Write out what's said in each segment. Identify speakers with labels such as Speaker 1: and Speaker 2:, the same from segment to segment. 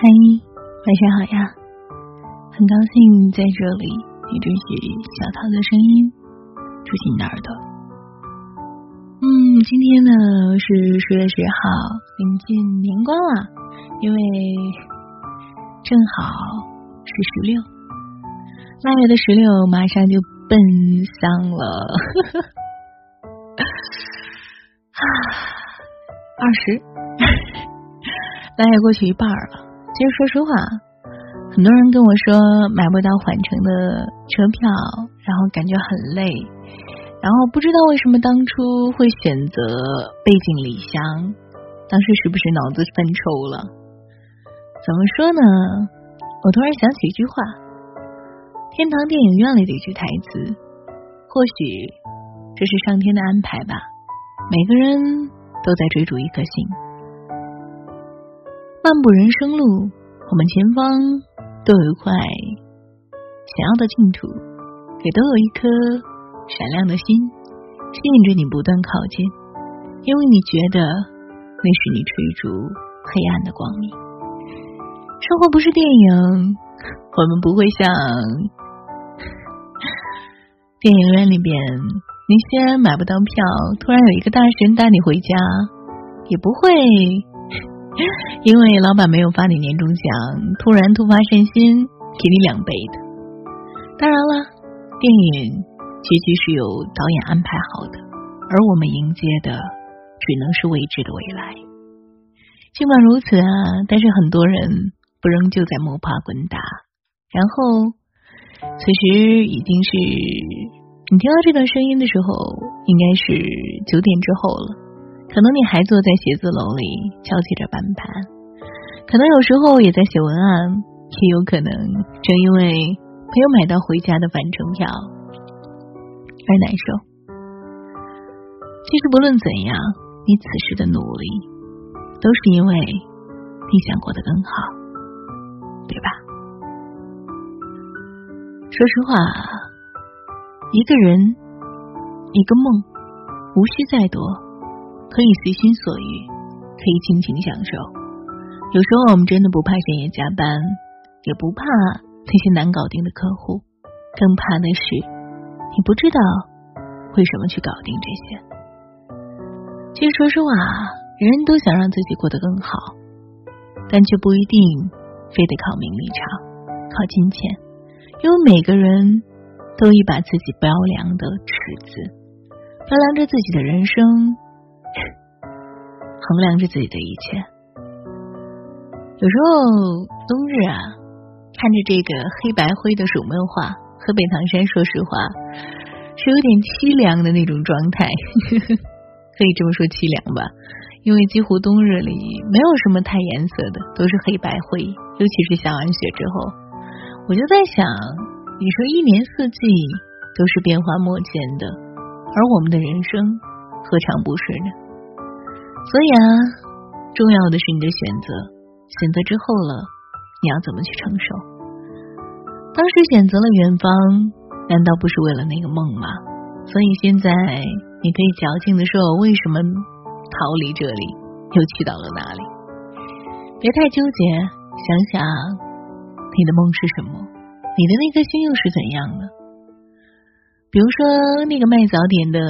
Speaker 1: 嗨，晚上好呀，很高兴在这里你准许小桃的声音住进你的耳朵。今天呢是10月10号，临近年关了，因为正好是16，腊月的16马上就奔向了20，腊月过去一半了。其实说实话，很多人跟我说买不到缓乘的车票，然后感觉很累，然后不知道为什么当初会选择背井离乡，当时是不是脑子犯抽了？怎么说呢？我突然想起一句话，天堂电影院里的一句台词，或许这是上天的安排吧，每个人都在追逐一颗星。漫步人生路，我们前方都有一块想要的净土，也都有一颗闪亮的心，吸引着你不断靠近，因为你觉得那是你追逐黑暗的光明。生活不是电影，我们不会像电影院里边那些买不到票，突然有一个大神带你回家，也不会因为老板没有发你年终奖，突发善心给你2倍的。当然了，电影结局是由导演安排好的，而我们迎接的只能是未知的未来。尽管如此啊，但是很多人不仍旧在摸爬滚打，然后此时已经是你听到这段声音的时候应该是9点之后了，可能你还坐在写字楼里敲击着板盘，可能有时候也在写文案，也有可能正因为没有买到回家的返程票而难受。其实不论怎样，你此时的努力都是因为你想过得更好，对吧？说实话，一个人一个梦无需再多，可以随心所欲，可以尽情享受。有时候我们真的不怕深夜加班，也不怕那些难搞定的客户，更怕的是你不知道为什么去搞定这些。其实说实话，人人都想让自己过得更好，但却不一定非得靠名利场，靠金钱，因为每个人都有一把自己标量的尺子，标量着自己的人生，衡量着自己的一切。有时候冬日啊，看着这个黑白灰的水墨画，河北唐山说实话是有点凄凉的那种状态可以这么说凄凉吧，因为几乎冬日里没有什么太颜色的，都是黑白灰，尤其是下完雪之后。我就在想，你说一年四季都是变化莫测的，而我们的人生何尝不是呢？所以啊，重要的是你的选择，选择之后了，你要怎么去承受？当时选择了远方，难道不是为了那个梦吗？所以现在你可以矫情地说，为什么逃离这里，又去到了哪里？别太纠结，想想你的梦是什么，你的那颗心又是怎样的？比如说那个卖早点的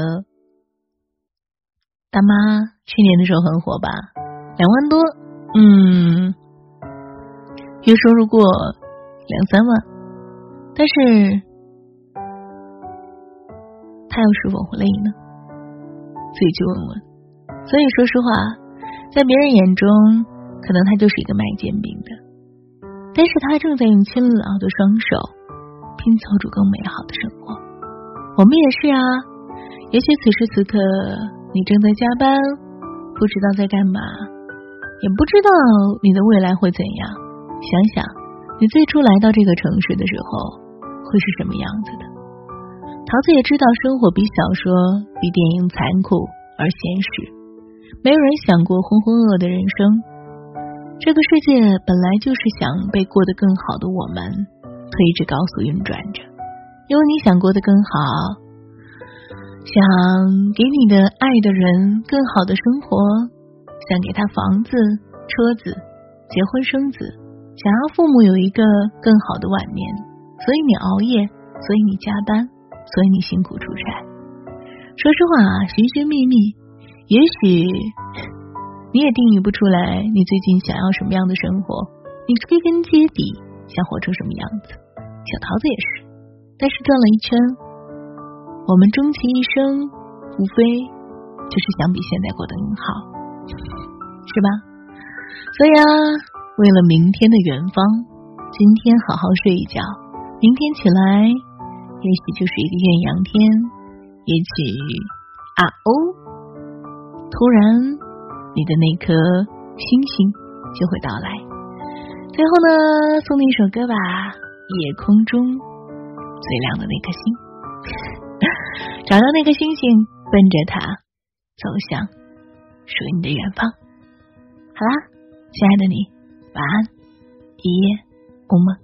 Speaker 1: 大妈，去年的时候很火吧，2万多，月收入过2-3万，但是他又是否会累呢？自己去问问。所以说实话，在别人眼中可能他就是一个卖煎饼的，但是他正在用勤劳的双手拼凑出更美好的生活。我们也是啊，也许此时此刻你正在加班，不知道在干嘛，也不知道你的未来会怎样。想想你最初来到这个城市的时候会是什么样子的。桃子也知道生活比小说比电影残酷而现实，没有人想过浑浑噩噩的人生。这个世界本来就是想被过得更好的我们推着高速运转着，因为你想过得更好，想给你的爱的人更好的生活，想给他房子、车子、结婚生子， 想要父母有一个更好的晚年，所以你熬夜，所以你加班，所以你辛苦出差。说实话啊，寻寻觅觅，也许你也定义不出来你最近想要什么样的生活，你归根结底想活成什么样子。小桃子也是，但是转了一圈，我们终其一生无非就是想比现在过得更好，是吧？所以啊，为了明天的远方，今天好好睡一觉，明天起来也许就是一个艳阳天，也许突然你的那颗星星就会到来。最后呢，送你一首歌吧，夜空中最亮的那颗星。找到那颗星星，奔着它走向属于你的远方。好啦，亲爱的你，晚安，一夜无梦。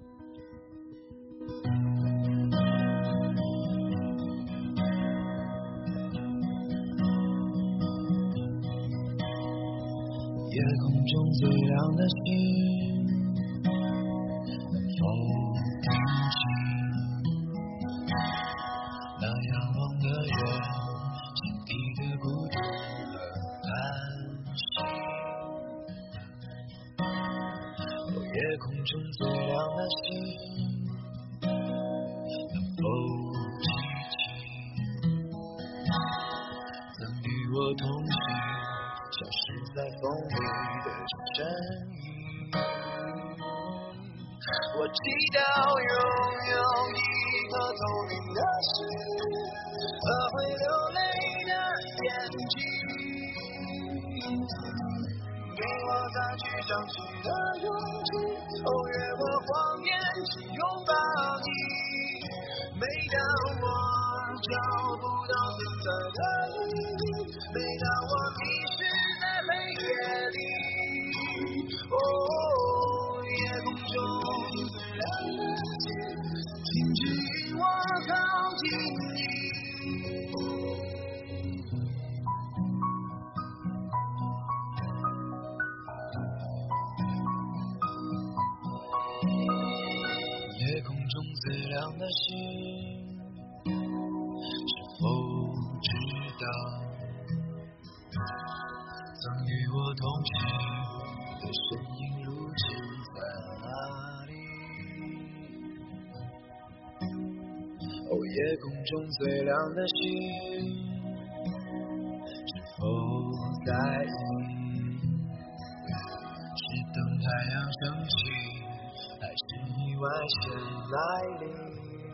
Speaker 2: 夜空中最亮的星，能否听清那仰望的人心底的孤独和叹息？夜空中最亮的星，能否记起曾与我同行消失在风里的身影？我祈祷拥有一颗透明的心和会流泪的眼睛，给我再去相信的勇气，越过谎言去拥抱你。每当我找不到存在的意义，每当我迷失在黑夜里，夜空中最亮的星，请指引我靠近你。夜空中最亮的星，是否知道曾与我同行的身影如今在哪里？夜空中最亮的星，是否在意？是等太阳升起，还是意外先来临？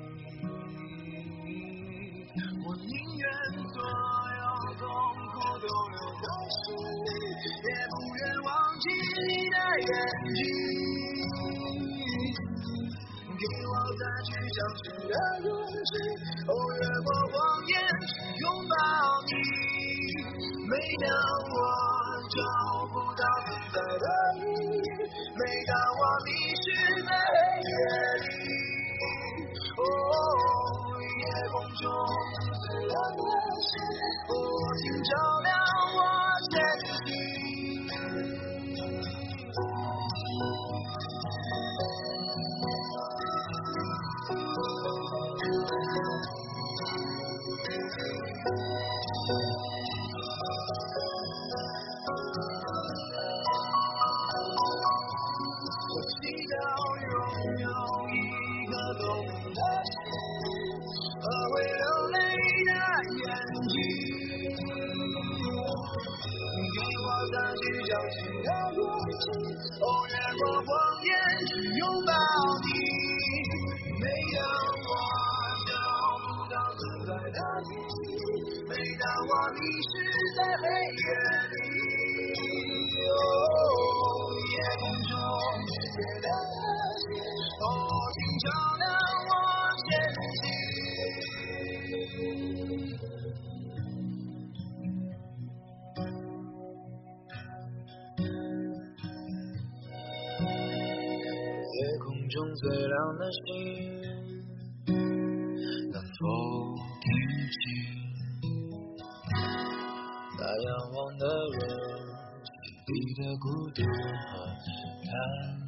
Speaker 2: 我宁愿所有痛苦都留在心里，也不愿忘记你的眼睛。给我再去相信的勇气，越过谎言去拥抱你。每当我找不到存在的意义，每当我迷失在黑夜里，夜空中最亮的星，请照亮我前行。会流泪的眼睛，给我再去相信的勇气，越过谎言去拥抱你。每当我找不到存在的意义，每当我迷失在黑夜里，夜空中最亮的星，请照亮我前行。夜空中最亮的星，能否听清那仰望的人心底的孤独和叹